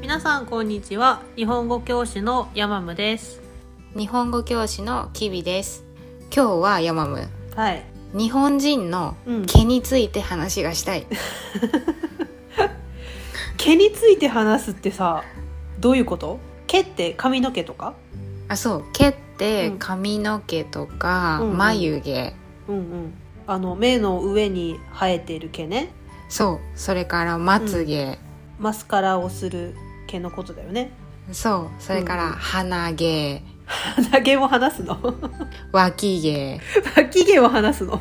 皆さんこんにちは。日本語教師のヤマムです。 日本語教師のキビです。今日はヤマム、 はい、 日本人の毛について話がしたい、 毛について話すってさ、どういうこと？毛って髪の毛とか？ あ、そう、毛って髪の毛とか、眉毛、 目の上に生えている毛ね。 そう、それからまつげ、 マスカラをする毛のことだよね。 そう、それから鼻毛、 鼻毛も話すの？ 脇毛脇毛も話すの？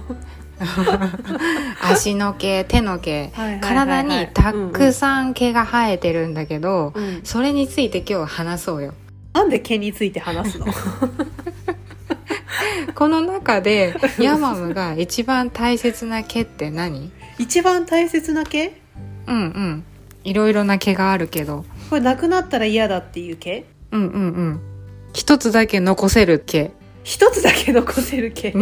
足の毛、手の毛、体にたくさん毛が生えてるんだけど、それについて今日話そうよ。 なんで毛について話すの？ この中でヤマムが一番大切な毛って何？ 一番大切な毛？ いろいろな毛があるけど、 これなくなったら嫌だっていう毛？ 一つだけ残せる毛。 一つだけ残せる毛。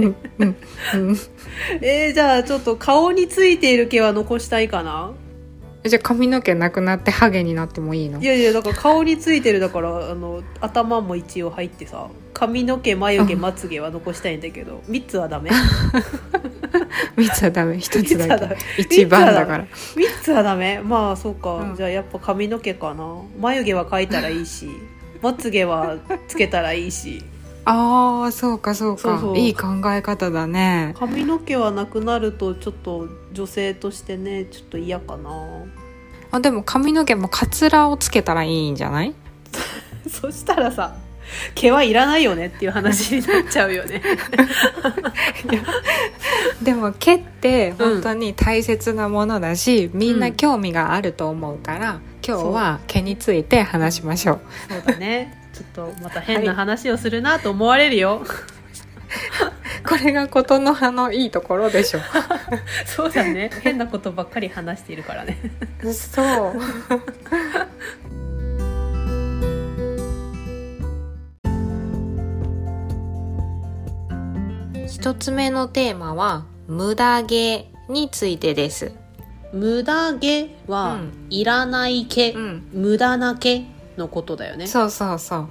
じゃあちょっと顔についている毛は残したいかな。 じゃあ髪の毛なくなってハゲになってもいいの？ いやだから顔についてるだから頭も一応入ってさ、髪の毛、眉毛、まつげは残したいんだけど、3つはダメ。 3つはダメ、1つだけ。一番だから。 3つはダメ。まあそうか、じゃあやっぱ髪の毛かな。眉毛は描いたらいいし、まつげはつけたらいいし。 ああ、そうかそうか。そういい考え方だね。 髪の毛はなくなるとちょっと女性としてね、ちょっと嫌かな。 あ、でも髪の毛もカツラをつけたらいいんじゃない？ そしたらさ、毛はいらないよねっていう話になっちゃうよね。 でも毛って本当に大切なものだし、みんな興味があると思うから、今日は毛について話しましょう。 そうだね。ちょっとまた変な話をするなと思われるよ。 これがことの葉のいいところでしょ。 そうだね。変なことばっかり話しているからね。 そう。一つ目のテーマは無駄毛についてです。 無駄毛は、いらない毛、無駄な毛のことだよね。 そうそうそう。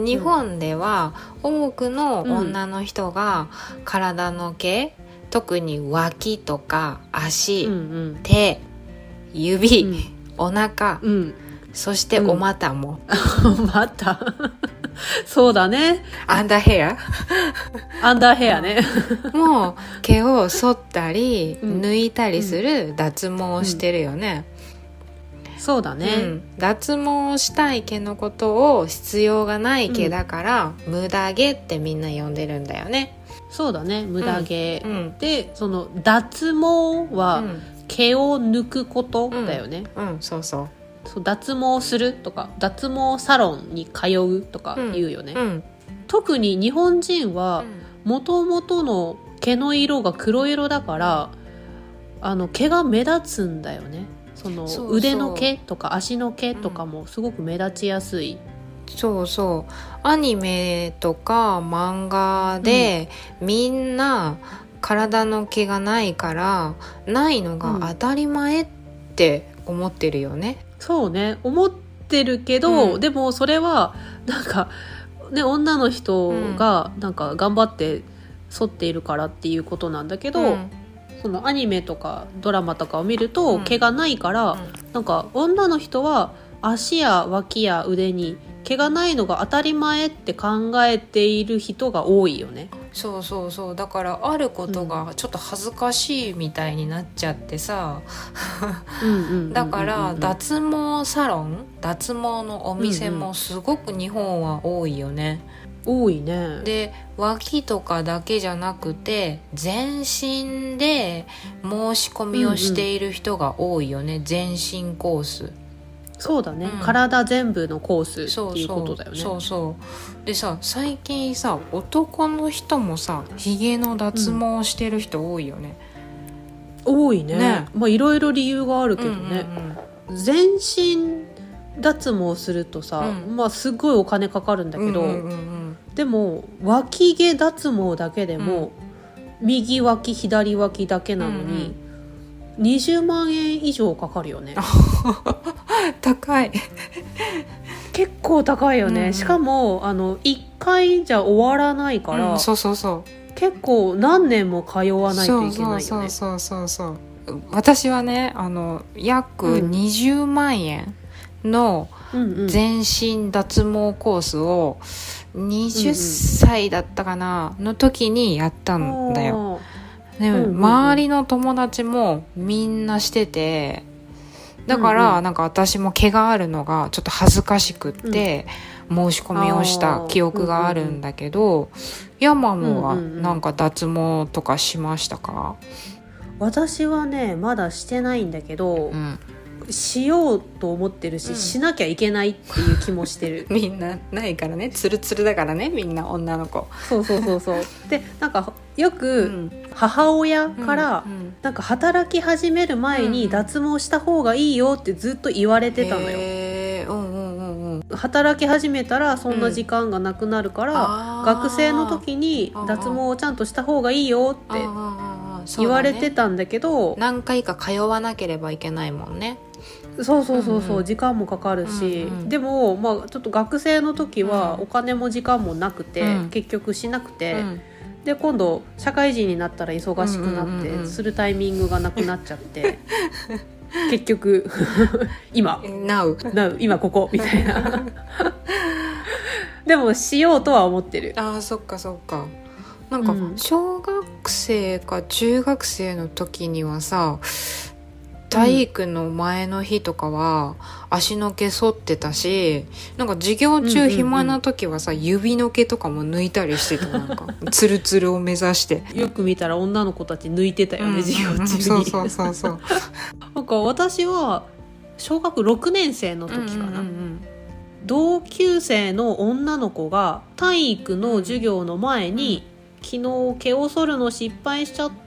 日本では多くの女の人が体の毛、特に脇とか足、手、指、お腹、そしてお股も。 お股そうだね。 アンダーヘアアンダーヘアね。 もう毛を剃ったり、抜いたりする脱毛をしてるよね。 そうだね、 脱毛したい毛のことを必要がない毛だから、無駄毛ってみんな呼んでるんだよね。 そうだね、無駄毛、で、その脱毛は、毛を抜くことだよね。 そうそう。 脱毛するとか、脱毛サロンに通うとか言うよね。特に日本人はもともとの毛の色が黒色だから、毛が目立つんだよね。その腕の毛とか足の毛とかもすごく目立ちやすい。 そうそう。アニメとか漫画で、みんな体の毛がないからないのが当たり前って思ってるよね。 そうね、思ってるけど、でもそれはなんかね、女の人がなんか頑張って剃っているからっていうことなんだけど、そのアニメとかドラマとかを見ると、毛がないから、なんか女の人は足や脇や腕に毛がないのが当たり前って考えている人が多いよね。 そうそうそう。だからあることがちょっと恥ずかしいみたいになっちゃってさ、だから脱毛サロン、脱毛のお店もすごく日本は多いよね。 多いね。 で、脇とかだけじゃなくて全身で申し込みをしている人が多いよね。全身コース。 そうだね、体全部のコースっていうことだよね。 そうそうでさ、最近さ、男の人もさ、ヒゲの脱毛してる人多いよね。 多いね。まあいろいろ理由があるけどね、全身脱毛するとさ、まあすごいお金かかるんだけど、でも脇毛脱毛だけでも、右脇左脇だけなのに、20万円以上かかるよね。 高い結構高いよね、しかも1回じゃ終わらないから、 そうそうそう、 結構何年も通わないといけないよね。 そう私はね約20万円の全身脱毛コースを20歳だったかなの時にやったんだよ。でも周りの友達もみんなしてて、だからなんか私も毛があるのがちょっと恥ずかしくって申し込みをした記憶があるんだけど、ヤマムはなんか脱毛とかしましたか？ 私はねまだしてないんだけど、しようと思ってるし、しなきゃいけないっていう気もしてるみんなないからね、ツルツルだからね、みんな女の子。 そうでなんかよく母親からなんか働き始める前に脱毛した方がいいよってずっと言われてたのよ。働き始めたらそんな時間がなくなるから、学生の時に脱毛をちゃんとした方がいいよって言われてたんだけど、 何回か通わなければいけないもんね。 そう時間もかかるし、でもまあちょっと学生の時はお金も時間もなくて、結局しなくて、で今度社会人になったら忙しくなってするタイミングがなくなっちゃって結局今 Now 今ここみたいなでもしようとは思ってる。 そっかなんか小学生か中学生の時にはさ、体育の前の日とかは足の毛剃ってたし、なんか授業中暇な時はさ、指の毛とかも抜いたりしてた。なんかツルツルを目指してよく見たら女の子たち抜いてたよね、授業中に。そうなんか私は小学6年生の時かな、同級生の女の子が体育の授業の前に、昨日毛を剃るの失敗しちゃった、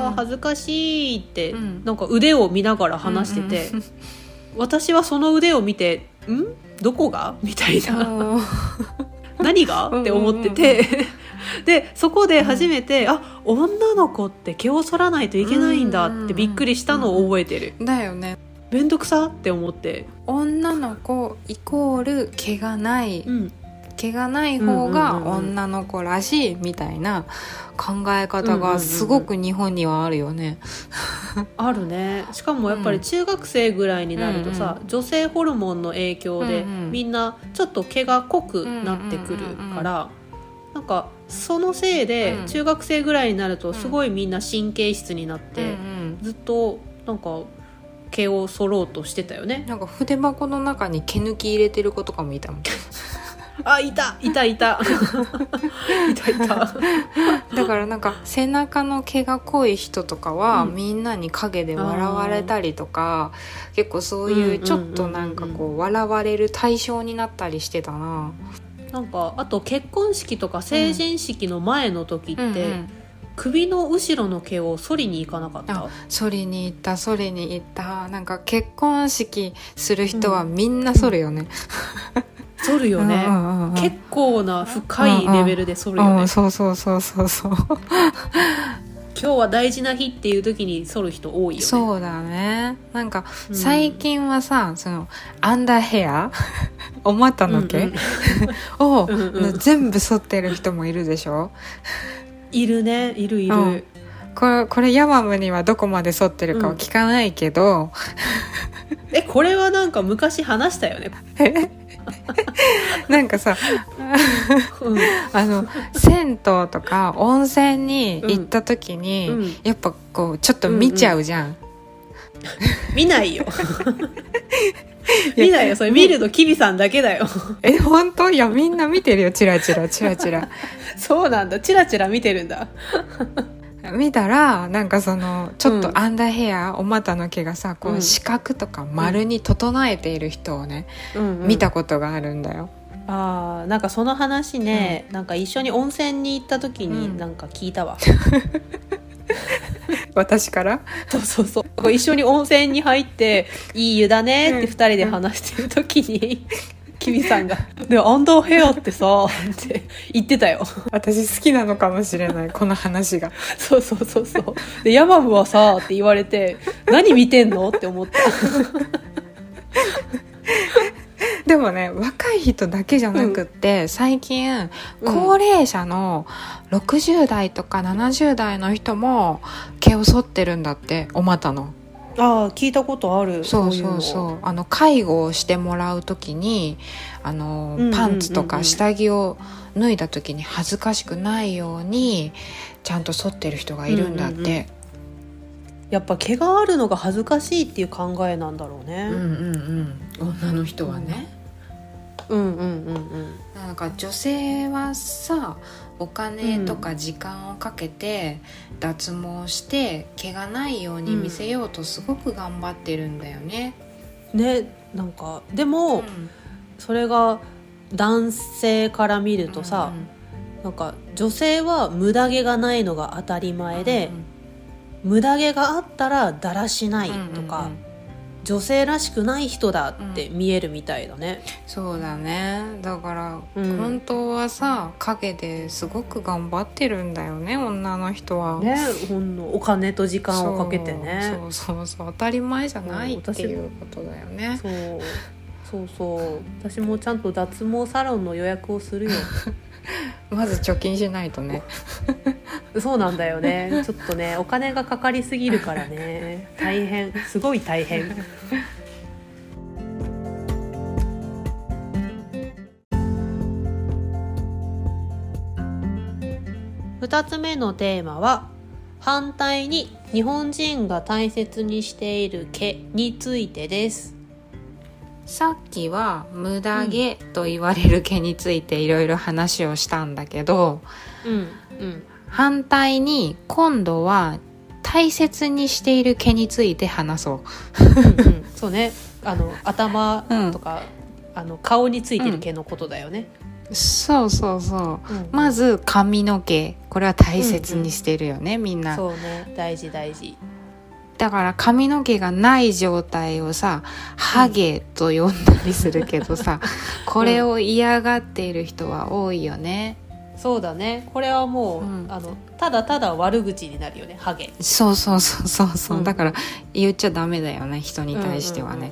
恥ずかしいって、なんか腕を見ながら話してて、私はその腕を見てどこがみたいな何がって思っててでそこで初めて、女の子って毛を剃らないといけないんだってびっくりしたのを覚えてる。 だよね、 めんどくさって思って、 女の子イコール毛がない、毛がない方が女の子らしいみたいな考え方がすごく日本にはあるよね。 あるね。しかもやっぱり中学生ぐらいになるとさ、女性ホルモンの影響で、みんなちょっと毛が濃くなってくるから、なんかそのせいで中学生ぐらいになるとすごいみんな神経質になって、ずっとなんか毛を剃ろうとしてたよね。 なんか筆箱の中に毛抜き入れてる子とかもいたもんいただからなんか背中の毛が濃い人とかは、みんなに陰で笑われたりとか、結構そういうちょっとなんかこう笑われる対象になったりしてたな。 なんかあと結婚式とか成人式の前の時って、首の後ろの毛を剃りに行かなかった？ 剃りに行ったなんか結婚式する人はみんな剃るよね、 剃るよね、結構な深いレベルで剃るよね、 そう今日は大事な日っていう時に剃る人多いよね。 そうだね。なんか最近はさ、そのアンダーヘアお股の毛、を全部剃ってる人もいるでしょ。 いるね、いる、 これヤマムにはどこまで剃ってるかは聞かないけど、 これはなんか昔話したよねなんかさ、銭湯とか温泉に行った時に、やっぱこうちょっと見ちゃうじゃん、 見ないよ見ないよ、それ見るのキビさんだけだよ本当？いやみんな見てるよ、チラチラそうなんだ、チラチラ見てるんだ見たらなんかそのちょっとアンダーヘア、お股の毛がさこう四角とか丸に整えている人をね、見たことがあるんだよ。 なんかその話ね、なんか一緒に温泉に行った時になんか聞いたわ、 私からそう一緒に温泉に入っていい湯だねって2人で話してる時に、キビさんがでアンダーヘアってさって言ってたよ。 私好きなのかもしれないこの話が。 そうでヤマムはさって言われて何見てんのって思ったでもね、若い人だけじゃなくって、最近高齢者の60代とか70代の人も毛を剃ってるんだって、お股の。 ああ、聞いたことある。 そうそうそう、介護をしてもらう時にパンツとか下着を脱いだ時に恥ずかしくないようにちゃんと剃ってる人がいるんだって、 やっぱ毛があるのが恥ずかしいっていう考えなんだろうね。 女の人はね。なんか女性はさ、お金とか時間をかけて脱毛して毛がないように見せようとすごく頑張ってるんだよね。 ね、なんかでも、それが男性から見るとさ、なんか女性は無駄毛がないのが当たり前で、無駄毛があったらだらしないとか、女性らしくない人だって見えるみたいだね。 そうだね。だから、本当はさ、陰ですごく頑張ってるんだよね、女の人はね。お金と時間をかけてね。 そう当たり前じゃないっていうことだよね。 そう私もちゃんと脱毛サロンの予約をするよ。 まず貯金しないとね。 そうなんだよね。ちょっとね、お金がかかりすぎるからね、大変、すごい大変。2つ目のテーマは、反対に日本人が大切にしている毛についてです。 さっきは無駄毛と言われる毛についていろいろ話をしたんだけど、反対に今度は大切にしている毛について話そう。 そうね、頭とか、顔についてる毛のことだよね。 そう、まず髪の毛、これは大切にしてるよね、みんな。 そうね、大事。 だから髪の毛がない状態をさ、ハゲと呼んだりするけどさ、これを嫌がっている人は多いよね。 そうだね、これはもう、ただただ悪口になるよね、ハゲ。 そう、だから言っちゃダメだよね、人に対してはね。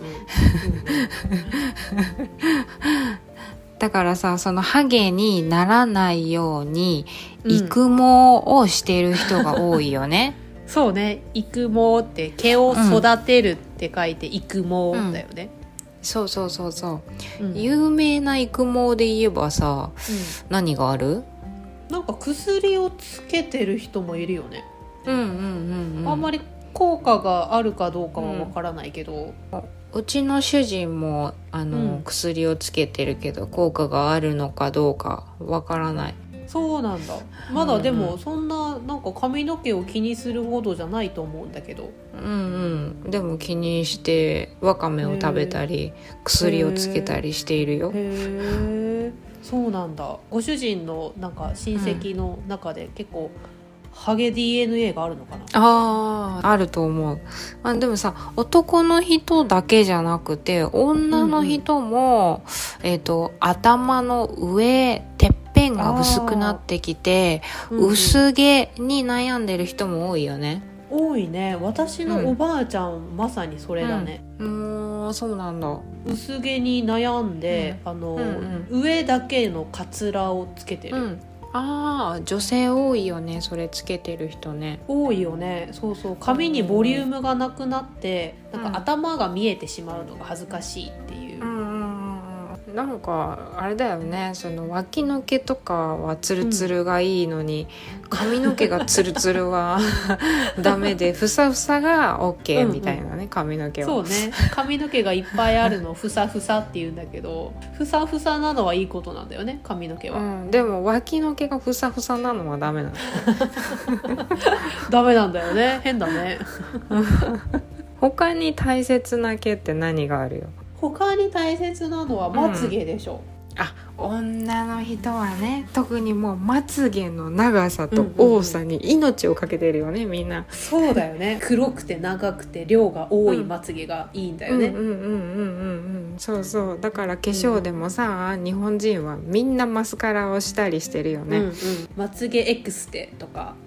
だからさ、そのハゲにならないように育毛をしている人が多いよね。 そうね、育毛って毛を育てるって書いて育毛だよね。 そう、有名な育毛で言えばさ、何がある？ なんか薬をつけてる人もいるよね。あんまり効果があるかどうかはわからないけど、 うちの主人も薬をつけてるけど、効果があるのかどうかわからない。 そうなんだ。まだでもそんな、なんか髪の毛を気にするほどじゃないと思うんだけど。 でも気にしてわかめを食べたり薬をつけたりしているよ。 へー、そうなんだ。ご主人のなんか親戚の中で結構ハゲ DNA があるのかな。 あると思う。でもさ、男の人だけじゃなくて女の人も、頭の上てっぺんが薄くなってきて、薄毛に悩んでる人も多いよね。 多いね。私のおばあちゃん、まさにそれだね。 そうなんだ。 薄毛に悩んで、上だけのカツラをつけてる。 女性多いよね、それつけてる人ね。 多いよね。そう髪にボリュームがなくなって、なんか頭が見えてしまうのが恥ずかしいっていう。 なんかあれだよね、その脇の毛とかはツルツルがいいのに、髪の毛がツルツルはダメで、ふさふさが OK みたいなね、髪の毛は。 そうね、髪の毛がいっぱいあるのをふさふさって言うんだけど、ふさふさなのはいいことなんだよね、髪の毛は。 でも脇の毛がふさふさなのはダメなの。 ダメなんだよね、変だね。 他に大切な毛って何があるよ？ 他に大切なのはまつげでしょ。 女の人はね、特にもうまつげの長さと多さに命をかけてるよね、みんな。 そうだよね。黒くて長くて量が多いまつげがいいんだよね。 そうだから化粧でもさ、日本人はみんなマスカラをしたりしてるよね。 まつげエクステとか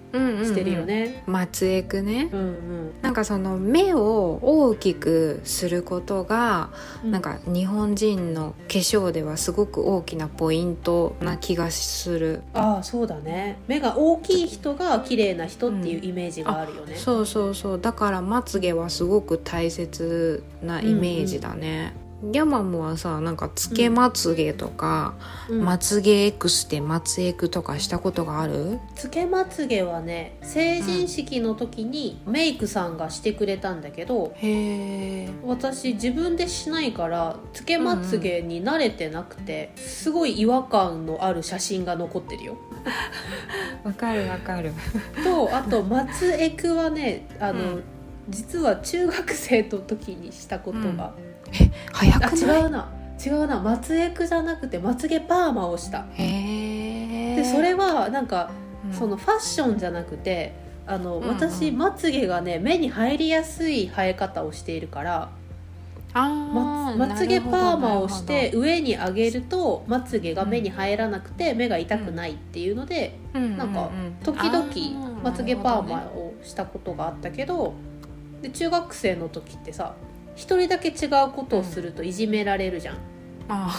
してるよね。 まつエクね、 うんうん、 なんかその目を大きくすることが、なんか日本人の化粧ではすごく大きなポイントな気がする。 ああそうだね、目が大きい人が綺麗な人っていうイメージがあるよね、 そうそうそう、だからまつげはすごく大切なイメージだね、ヤマムはさ、なんかつけまつげとか、まつげエクステまつエクとかしたことがある？ つけまつげはね、成人式の時にメイクさんがしてくれたんだけど、 へー、 私自分でしないからつけまつげに慣れてなくて、すごい違和感のある写真が残ってるよ。 わかるわかる。 とあとまつエクはね、実は中学生の時にしたことが、 早くない？ 違うな、まつエクじゃなくてまつげパーマをした。 へー。 でそれはなんか、そのファッションじゃなくて、私まつげがね目に入りやすい生え方をしているから、まつげパーマをして上に上げるとまつげが目に入らなくて目が痛くないっていうので、なんか時々まつげパーマをしたことがあったけど、で中学生の時ってさ、一人だけ違うことをするといじめられるじゃん、 あ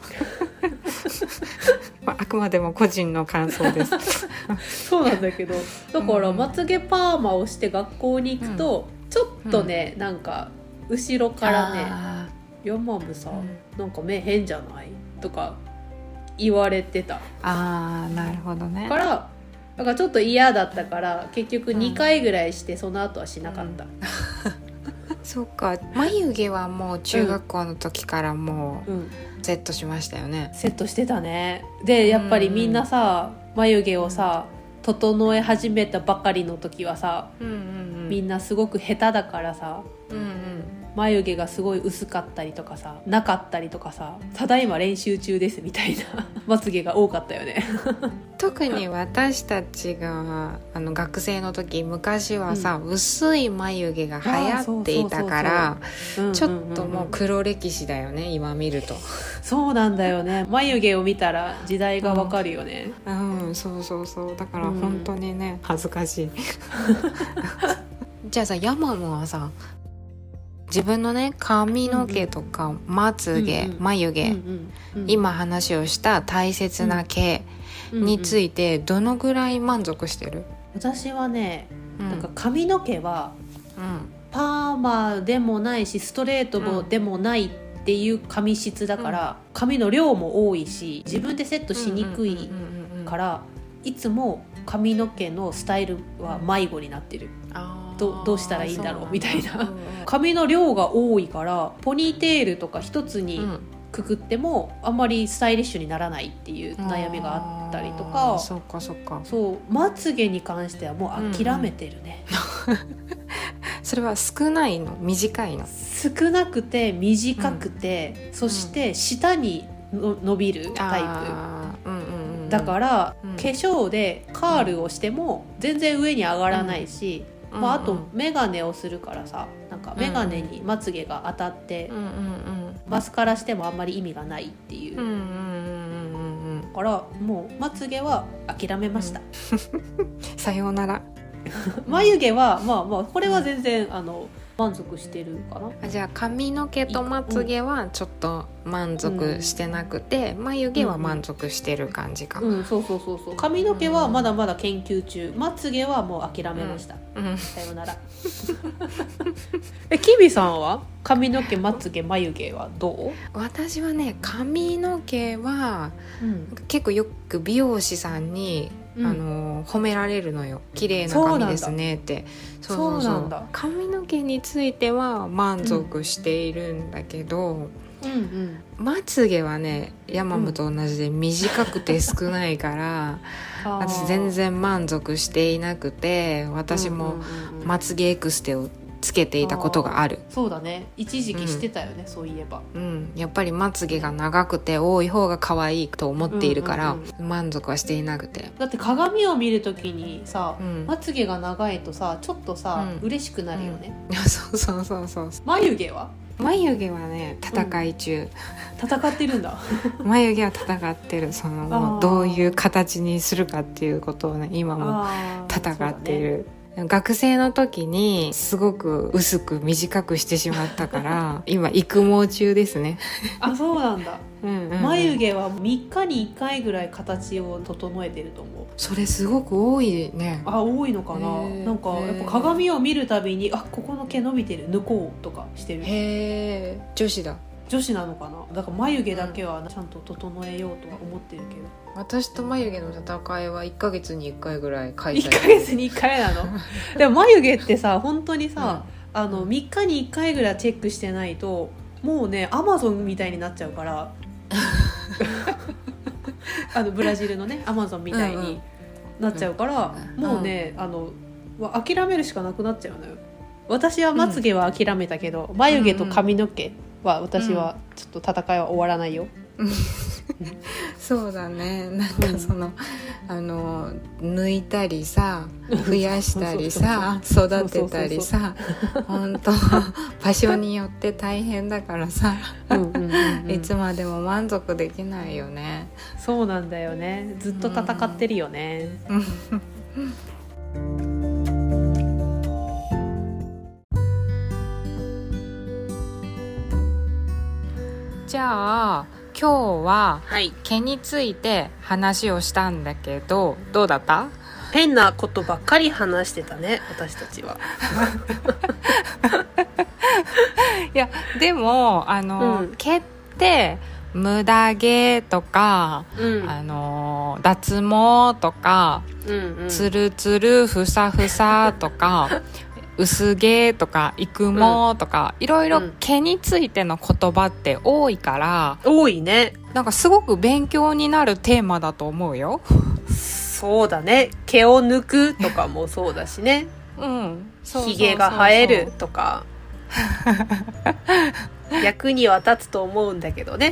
くまでも個人の感想ですそうなんだけど、だからまつげパーマをして学校に行くと、ちょっとね、なんか後ろからね、ヤマムさ、なんか目変じゃないとか言われてた。 なるほどね。 だからちょっと嫌だったから結局2回ぐらいしてその後はしなかった、 そうか、眉毛はもう中学校の時からもうセットしましたよね、 セットしてたね。でやっぱりみんなさ、眉毛をさ、整え始めたばかりの時はさ、みんなすごく下手だからさ、眉毛がすごい薄かったりとかさ、なかったりとかさ、ただいま練習中ですみたいなまつげが多かったよね特に私たちが学生の時、昔はさ、薄い眉毛が流行っていたから、ちょっともう黒歴史だよね、今見ると。 そうなんだよね、眉毛を見たら時代がわかるよね、 そうそうそう、だから本当にね、恥ずかしいじゃあさ、ヤマムはさ、自分のね髪の毛とかまつげ、眉毛、今話をした大切な毛についてどのぐらい満足してる？ 私はね、なんか髪の毛は、パーマでもないしストレートでもないっていう髪質だから、髪の量も多いし自分でセットしにくいから、いつも髪の毛のスタイルは迷子になってる。どうしたらいいんだろうみたいな、髪の量が多いからポニーテールとか一つにくくってもあんまりスタイリッシュにならないっていう悩みがあったりとか、 そうかそうか、 そうまつげに関してはもう諦めてるね、 それは少ないの？短いの？ 少なくて短くて、そして下に伸びるタイプ、だから、化粧でカールをしても全然上に上がらないし、あとメガネをするからさ、なんかメガネにまつげが当たって、マスカラしてもあんまり意味がないっていう、だからもうまつげは諦めました、 さようなら眉毛はまあこれは全然満足してるかな。 じゃあ髪の毛とまつげはちょっと満足してなくて、眉毛は満足してる感じか。 そう髪の毛はまだまだ研究中、まつげはもう諦めました、さようならキビさんは髪の毛まつげ眉毛はどう？ 私はね、髪の毛は、結構よく美容師さんに褒められるのよ。綺麗な髪ですねって。そうなんだ。髪の毛については満足しているんだけど、まつげはね、ヤマムと同じで短くて少ないから、私全然満足していなくて、私もまつげエクステをつけていたことがある。 そうだね、一時期してたよね、そういえば。 やっぱりまつげが長くて多い方が可愛いと思っているから、満足はしていなくて。 だって鏡を見るときにさ、まつげが長いとさ、ちょっとさ、嬉しくなるよね。 そう眉毛は眉毛はね戦い中、 戦ってるんだ眉毛は戦ってる。そのもうどういう形にするかっていうことをね今も戦っている。学生の時にすごく薄く短くしてしまったから今育毛中ですね。 あ、そうなんだうんうん、 眉毛は3日に1回ぐらい形を整えてると思う。 それすごく多いね。 あ、多いのかな。なんかやっぱ鏡を見るたびにあ、ここの毛伸びてる、抜こうとかしてる。 へー、女子だ。 女子なのかな。だから眉毛だけはちゃんと整えようとは思ってるけど、 私と眉毛の戦いは1ヶ月に1回ぐらい開催。 1ヶ月に1回なのでも眉毛ってさ本当にさ、3日に1回ぐらいチェックしてないともうねアマゾンみたいになっちゃうからブラジルのねアマゾンみたいになっちゃうから、もうね諦めるしかなくなっちゃうのよ。私はまつげは諦めたけど、眉毛と髪の毛は私はちょっと戦いは終わらないよ、 そうだね。なんかその、抜いたりさ増やしたりさ育てたりさ、本当場所によって大変だからさいつまでも満足できないよね。 そうなんだよね。ずっと戦ってるよね、 じゃあ今日は毛について話をしたんだけど、どうだった？ 変なことばっかり話してたね私たちは。 いやでも毛って無駄毛とか、脱毛とか、ツルツルふさふさとか薄毛とか育毛とか、いろいろ毛についての言葉って多いから、 多いね。 なんかすごく勉強になるテーマだと思うよ。 そうだね。毛を抜くとかもそうだしね。ひげが生えるとか役には立つと思うんだけどね。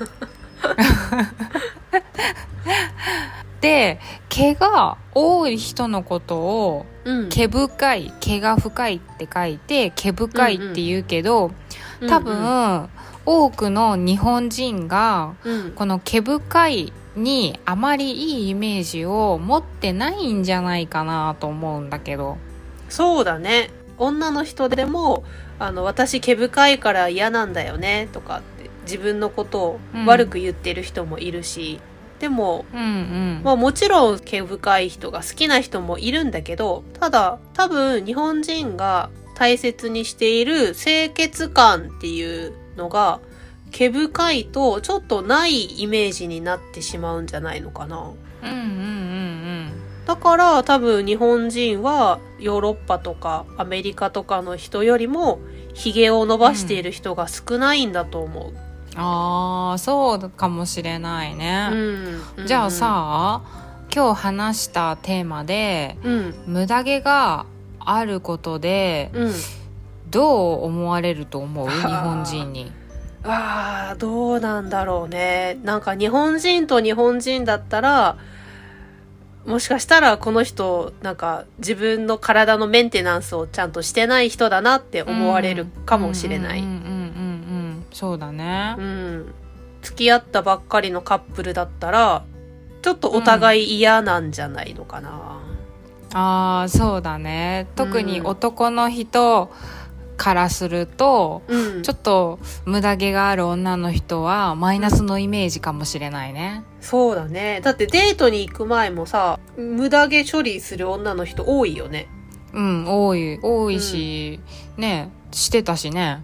で毛が多い人のことを、毛深い、毛が深いって書いて毛深いって言うけど、多分、多くの日本人が、この毛深いにあまりいいイメージを持ってないんじゃないかなと思うんだけど。 そうだね。女の人でも私毛深いから嫌なんだよねとかって自分のことを悪く言ってる人もいるし、でも、もちろん毛深い人が好きな人もいるんだけど、ただ多分日本人が大切にしている清潔感っていうのが毛深いとちょっとないイメージになってしまうんじゃないのかな。だから多分日本人はヨーロッパとかアメリカとかの人よりもひげを伸ばしている人が少ないんだと思う。 そうかもしれないね。じゃあさ、今日話したテーマで、無駄毛があることで、どう思われると思う？日本人に。 どうなんだろうね。なんか日本人と日本人だったら、もしかしたらこの人なんか自分の体のメンテナンスをちゃんとしてない人だなって思われるかもしれない。 そうだね。 付き合ったばっかりのカップルだったらちょっとお互い嫌なんじゃないのかな。 そうだね。特に男の人からすると、ちょっと無駄毛がある女の人はマイナスのイメージかもしれないね。 そうだね。だってデートに行く前もさ、無駄毛処理する女の人多いよね。 多いし、ね、してたしね。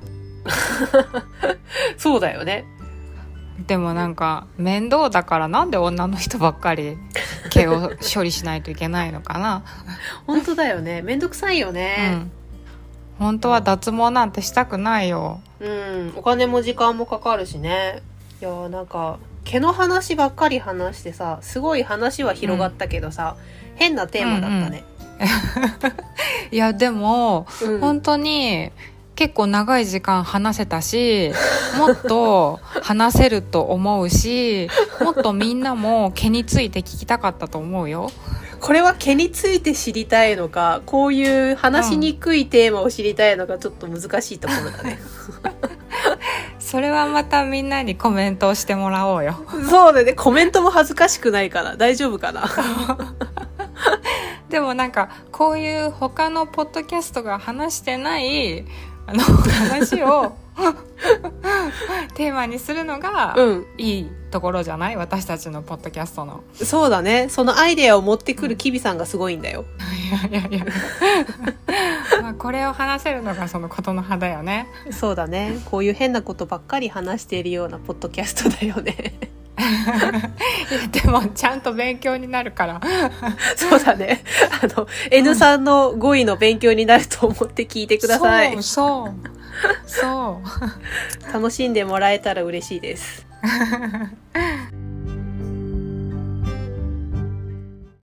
そうだよね。 でもなんか面倒だからなんで女の人ばっかり毛を処理しないといけないのかな。 本当だよね。めんどくさいよね。 本当は脱毛なんてしたくないよ。 お金も時間もかかるしね。いやなんか毛の話ばっかり話してさ、すごい話は広がったけどさ、変なテーマだったね。 いやでも、本当に結構長い時間話せたし、もっと話せると思うし、もっとみんなも毛について聞きたかったと思うよ。 これは毛について知りたいのか、こういう話しにくいテーマを知りたいのか、ちょっと難しいところだね。 それはまたみんなにコメントをしてもらおうよ。 そうだね、コメントも恥ずかしくないから大丈夫かな。 でもなんかこういう他のポッドキャストが話してない話をテーマにするのがいいところじゃない？私たちのポッドキャストの。 そうだね、そのアイデアを持ってくるキビさんがすごいんだよ。 いやまあこれを話せるのがそのことの葉だよね。 そうだね、こういう変なことばっかり話しているようなポッドキャストだよね。 いやでもちゃんと勉強になるから。 そうだね、N さんの語彙の勉強になると思って聞いてください。 そう楽しんでもらえたら嬉しいです。